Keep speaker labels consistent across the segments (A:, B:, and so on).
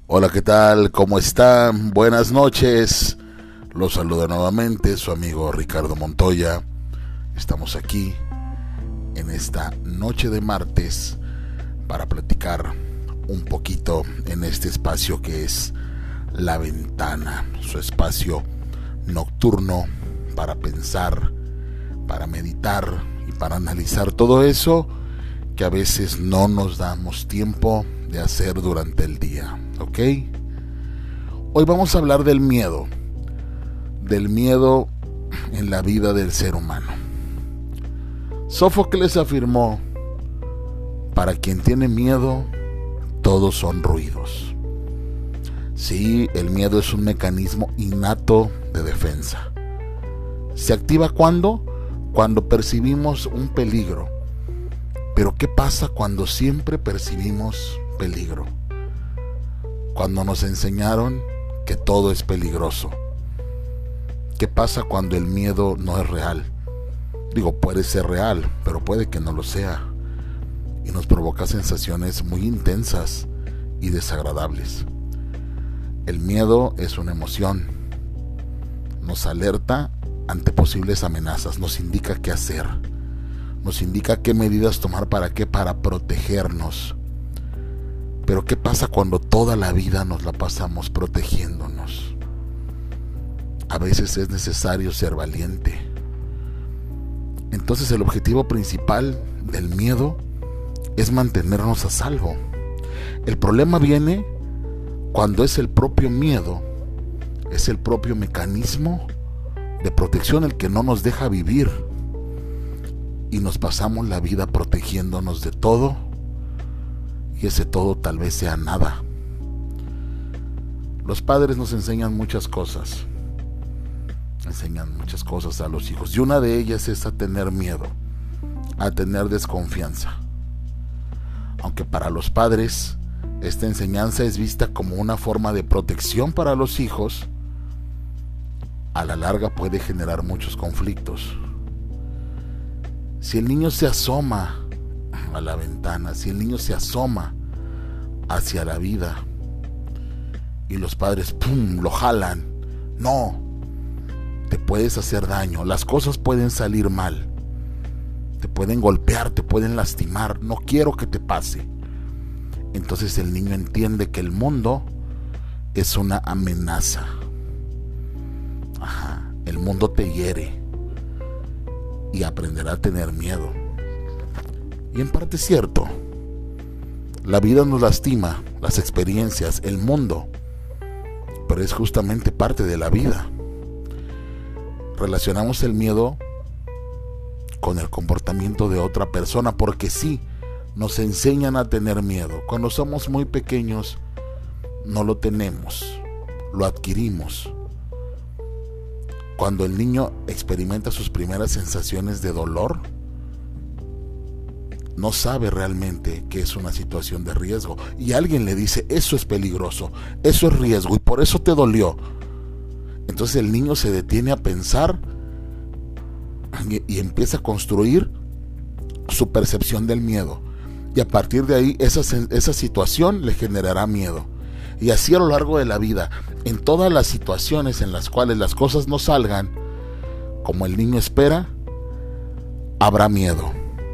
A: Hola, ¿qué tal? ¿Cómo están? Buenas noches. Los saluda nuevamente su amigo Ricardo Montoya. Estamos aquí en esta noche de martes para platicar un poquito en este espacio que es La Ventana, su espacio nocturno para pensar, para meditar y para analizar todo eso que a veces no nos damos tiempo de hacer durante el día, ¿ok? Hoy vamos a hablar del miedo en la vida del ser humano. Sófocles afirmó: para quien tiene miedo, todos son ruidos. Sí, el miedo es un mecanismo innato de defensa. ¿Se activa cuándo? Cuando percibimos un peligro. Pero ¿qué pasa cuando siempre percibimos peligro? Cuando nos enseñaron que todo es peligroso. ¿Qué pasa cuando el miedo no es real? Digo, puede ser real, pero puede que no lo sea. Y nos provoca sensaciones muy intensas y desagradables. El miedo es una emoción. Nos alerta ante posibles amenazas, nos indica qué hacer. Nos indica qué medidas tomar. ¿Para qué? Para protegernos. Pero ¿qué pasa cuando toda la vida nos la pasamos protegiéndonos? A veces es necesario ser valiente. Entonces el objetivo principal del miedo es mantenernos a salvo. El problema viene cuando es el propio miedo, es el propio mecanismo de protección el que no nos deja vivir. Y nos pasamos la vida protegiéndonos de todo, y ese todo tal vez sea nada. Los padres nos enseñan muchas cosas a los hijos, y una de ellas es a tener miedo, a tener desconfianza. Aunque para los padres esta enseñanza es vista como una forma de protección para los hijos, a la larga puede generar muchos conflictos. Si el niño se asoma a la ventana, si el niño se asoma hacia la vida y los padres ¡pum!, lo jalan, no, te puedes hacer daño, las cosas pueden salir mal, te pueden golpear, te pueden lastimar, no quiero que te pase. Entonces el niño entiende que el mundo es una amenaza. El mundo te hiere y aprenderá a tener miedo. Y en parte es cierto. La vida nos lastima, las experiencias, el mundo, pero es justamente parte de la vida. Relacionamos el miedo con el comportamiento de otra persona, porque sí, nos enseñan a tener miedo. Cuando somos muy pequeños no lo tenemos, lo adquirimos. Cuando el niño experimenta sus primeras sensaciones de dolor, no sabe realmente que es una situación de riesgo. Y alguien le dice: eso es peligroso, eso es riesgo, y por eso te dolió. Entonces el niño se detiene a pensar y empieza a construir su percepción del miedo. Y a partir de ahí esa situación le generará miedo. Y así a lo largo de la vida, en todas las situaciones en las cuales las cosas no salgan como el niño espera, habrá miedo.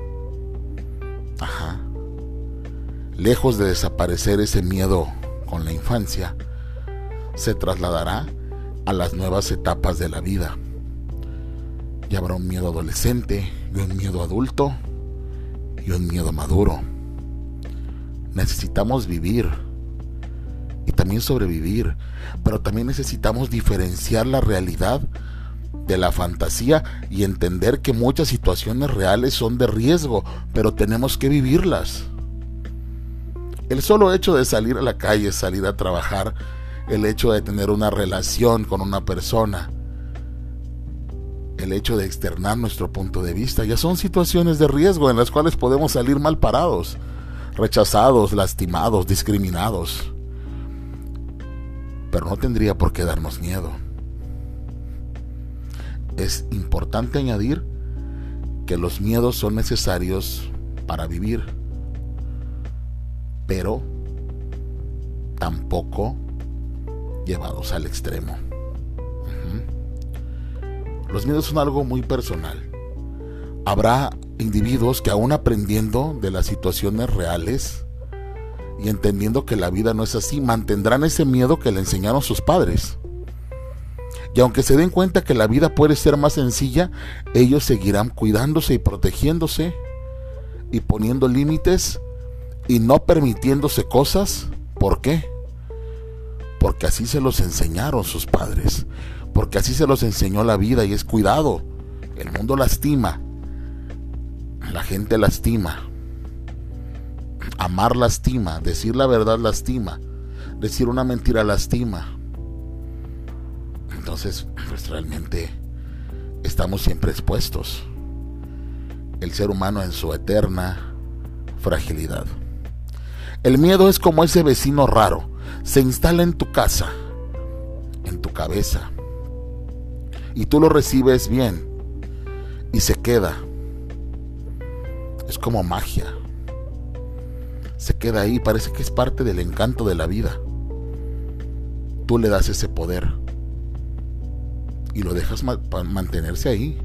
A: Lejos de desaparecer ese miedo con la infancia, se trasladará a las nuevas etapas de la vida. Y habrá un miedo adolescente, y un miedo adulto, y un miedo maduro. Necesitamos vivir y también sobrevivir, pero también necesitamos diferenciar la realidad de la fantasía y entender que muchas situaciones reales son de riesgo, pero tenemos que vivirlas. El solo hecho de salir a la calle, salir a trabajar, el hecho de tener una relación con una persona, el hecho de externar nuestro punto de vista, ya son situaciones de riesgo en las cuales podemos salir mal parados, rechazados, lastimados, discriminados. Pero no tendría por qué darnos miedo. Es importante añadir que los miedos son necesarios para vivir, pero tampoco llevados al extremo. Los miedos son algo muy personal. Habrá individuos que, aún aprendiendo de las situaciones reales y entendiendo que la vida no es así, mantendrán ese miedo que le enseñaron sus padres. Y aunque se den cuenta que la vida puede ser más sencilla, ellos seguirán cuidándose y protegiéndose y poniendo límites y no permitiéndose cosas. ¿Por qué? Porque así se los enseñaron sus padres, porque así se los enseñó la vida. Y es cuidado, el mundo lastima, la gente lastima, amar lastima, decir la verdad lastima, decir una mentira lastima. Entonces, pues realmente estamos siempre expuestos, el ser humano en su eterna fragilidad. El miedo es como ese vecino raro, se instala en tu casa, en tu cabeza, y tú lo recibes bien y se queda. Es como magia, se queda ahí, parece que es parte del encanto de la vida. Tú le das ese poder y lo dejas mantenerse ahí.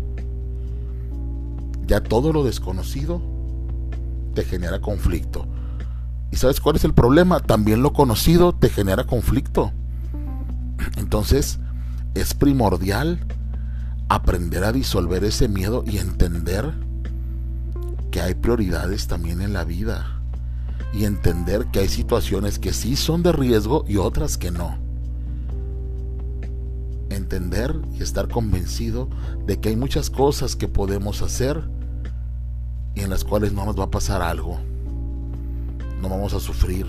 A: Ya todo lo desconocido te genera conflicto. ¿Y sabes cuál es el problema? También lo conocido te genera conflicto. Entonces es primordial aprender a disolver ese miedo y entender que hay prioridades también en la vida, y entender que hay situaciones que sí son de riesgo y otras que no. Entender y estar convencido de que hay muchas cosas que podemos hacer y en las cuales no nos va a pasar algo, no vamos a sufrir.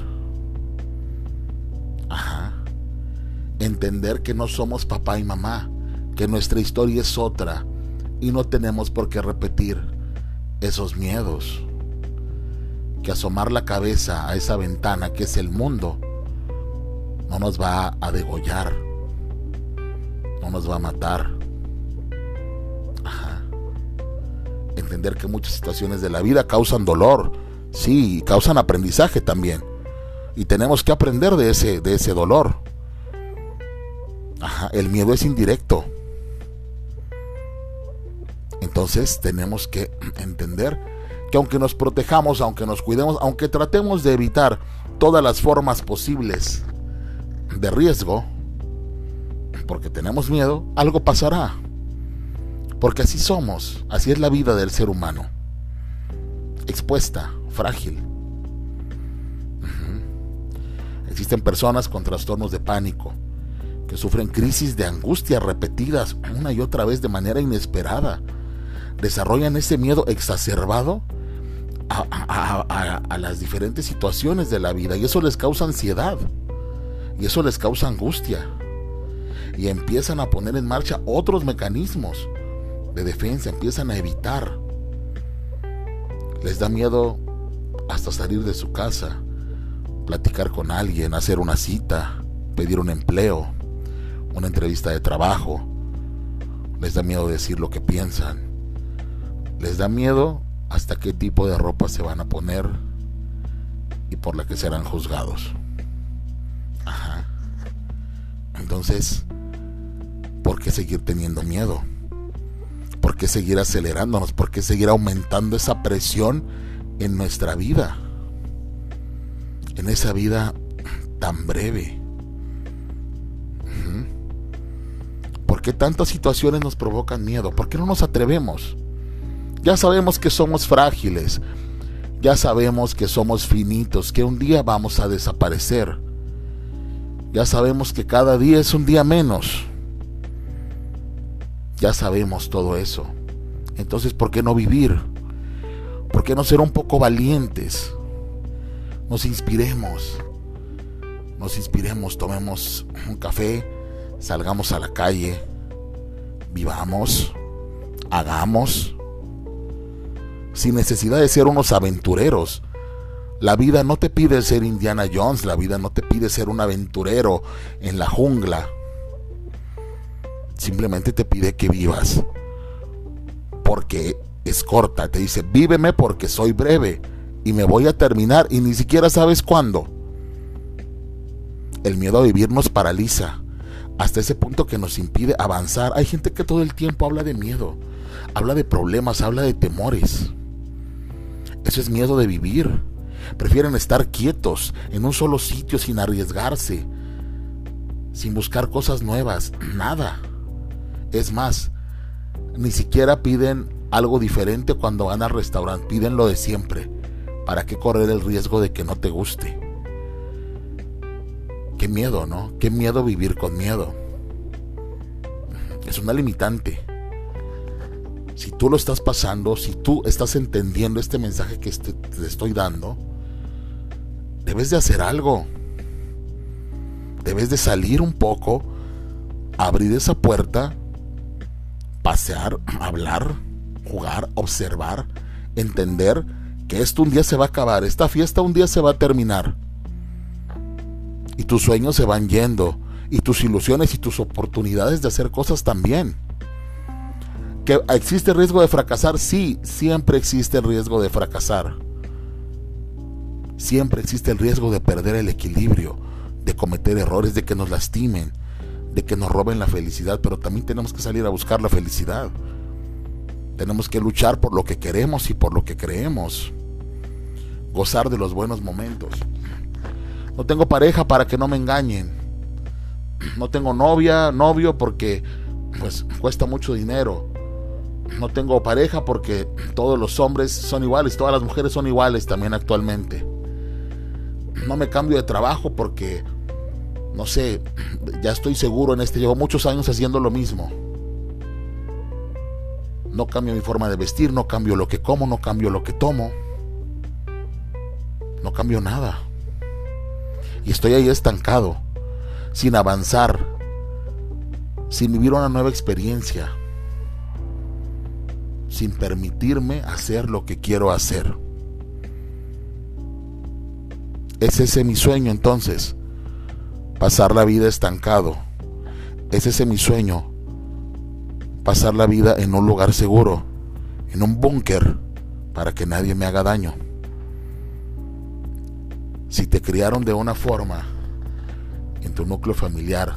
A: Entender que no somos papá y mamá, que nuestra historia es otra y no tenemos por qué repetir esos miedos. Que asomar la cabeza a esa ventana que es el mundo no nos va a degollar, no nos va a matar. Entender que muchas situaciones de la vida causan dolor, sí, y causan aprendizaje también, y tenemos que aprender de ese dolor. El miedo es indirecto. Entonces tenemos que entender que aunque nos protejamos, aunque nos cuidemos, aunque tratemos de evitar todas las formas posibles de riesgo, porque tenemos miedo, algo pasará. Porque así somos, así es la vida del ser humano. Expuesta, frágil. Existen personas con trastornos de pánico, que sufren crisis de angustia repetidas una y otra vez de manera inesperada. Desarrollan ese miedo exacerbado a las diferentes situaciones de la vida, y eso les causa ansiedad, y eso les causa angustia, y empiezan a poner en marcha otros mecanismos de defensa, empiezan a evitar. Les da miedo hasta salir de su casa, platicar con alguien, hacer una cita, pedir un empleo, una entrevista de trabajo. Les da miedo decir lo que piensan. Les da miedo hasta qué tipo de ropa se van a poner y por la que serán juzgados. Entonces, ¿por qué seguir teniendo miedo? ¿Por qué seguir acelerándonos? ¿Por qué seguir aumentando esa presión en nuestra vida? En esa vida tan breve. ¿Por qué tantas situaciones nos provocan miedo? ¿Por qué no nos atrevemos? Ya sabemos que somos frágiles. Ya sabemos que somos finitos, que un día vamos a desaparecer. Ya sabemos que cada día es un día menos. Ya sabemos todo eso. Entonces, ¿por qué no vivir? ¿Por qué no ser un poco valientes? Nos inspiremos, tomemos un café, salgamos a la calle, vivamos, hagamos, sin necesidad de ser unos aventureros. La vida no te pide ser Indiana Jones, la vida no te pide ser un aventurero en la jungla. Simplemente te pide que vivas, porque es corta. Te dice, víveme porque soy breve y me voy a terminar y ni siquiera sabes cuándo. El miedo a vivir nos paraliza hasta ese punto que nos impide avanzar. Hay gente que todo el tiempo habla de miedo, habla de problemas, habla de temores. Eso es miedo de vivir. Prefieren estar quietos en un solo sitio sin arriesgarse, sin buscar cosas nuevas, nada. Es más, ni siquiera piden algo diferente cuando van al restaurante, piden lo de siempre. ¿Para qué correr el riesgo de que no te guste? Qué miedo, ¿no? Qué miedo vivir con miedo. Es una limitante. Si tú lo estás pasando, si tú estás entendiendo este mensaje que te estoy dando, debes de hacer algo. Debes de salir un poco, abrir esa puerta, pasear, hablar, jugar, observar, entender que esto un día se va a acabar, esta fiesta un día se va a terminar. Y tus sueños se van yendo, y tus ilusiones y tus oportunidades de hacer cosas también. ¿Que existe riesgo de fracasar? Sí, siempre existe el riesgo de fracasar. Siempre existe el riesgo de perder el equilibrio, de cometer errores, de que nos lastimen, de que nos roben la felicidad, pero también tenemos que salir a buscar la felicidad. Tenemos que luchar por lo que queremos y por lo que creemos. Gozar de los buenos momentos. No tengo pareja para que no me engañen. No tengo novio porque pues cuesta mucho dinero. No tengo pareja porque todos los hombres son iguales, todas las mujeres son iguales también actualmente. No me cambio de trabajo porque, no sé, ya estoy seguro en llevo muchos años haciendo lo mismo. No cambio mi forma de vestir, no cambio lo que como, no cambio lo que tomo. No cambio nada. Y estoy ahí estancado, sin avanzar, sin vivir una nueva experiencia, sin permitirme hacer lo que quiero hacer. ¿Es ese mi sueño entonces? Pasar la vida estancado. ¿Es ese mi sueño? Pasar la vida en un lugar seguro, en un búnker, para que nadie me haga daño. Si te criaron de una forma en tu núcleo familiar,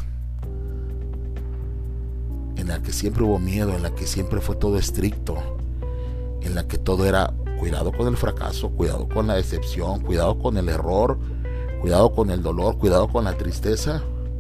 A: en la que siempre hubo miedo, en la que siempre fue todo estricto, en la que todo era cuidado con el fracaso, cuidado con la decepción, cuidado con el error, cuidado con el dolor, cuidado con la tristeza,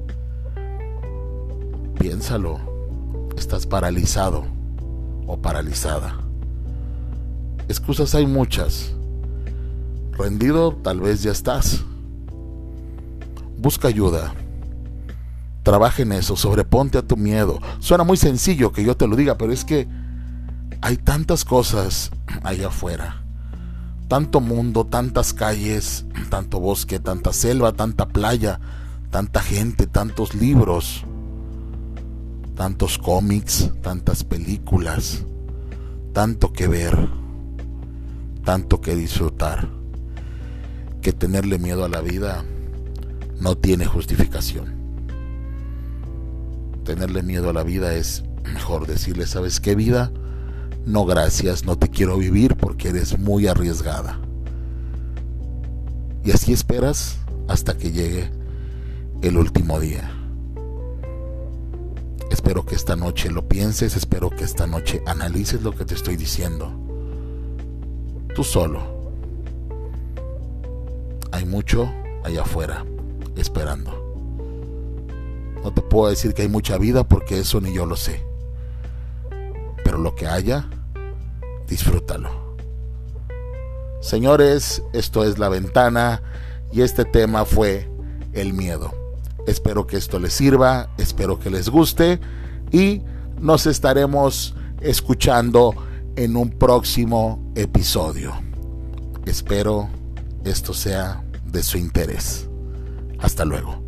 A: piénsalo, estás paralizado o paralizada. Excusas hay muchas. Rendido tal vez ya estás. Busca ayuda. Trabaja en eso, sobreponte a tu miedo. Suena muy sencillo que yo te lo diga, pero es que hay tantas cosas allá afuera. Tanto mundo, tantas calles, tanto bosque, tanta selva, tanta playa, tanta gente, tantos libros, tantos cómics, tantas películas, tanto que ver, tanto que disfrutar, que tenerle miedo a la vida no tiene justificación. Tenerle miedo a la vida es mejor decirle, ¿sabes qué, vida? No, gracias, no te quiero vivir porque eres muy arriesgada. Y así esperas hasta que llegue el último día. Espero que esta noche lo pienses, espero que esta noche analices lo que te estoy diciendo. Tú solo. Hay mucho allá afuera esperando. No te puedo decir que hay mucha vida porque eso ni yo lo sé. Pero lo que haya, disfrútalo. Señores, esto es La Ventana y este tema fue el miedo. Espero que esto les sirva, espero que les guste y nos estaremos escuchando en un próximo episodio. Espero esto sea de su interés. Hasta luego.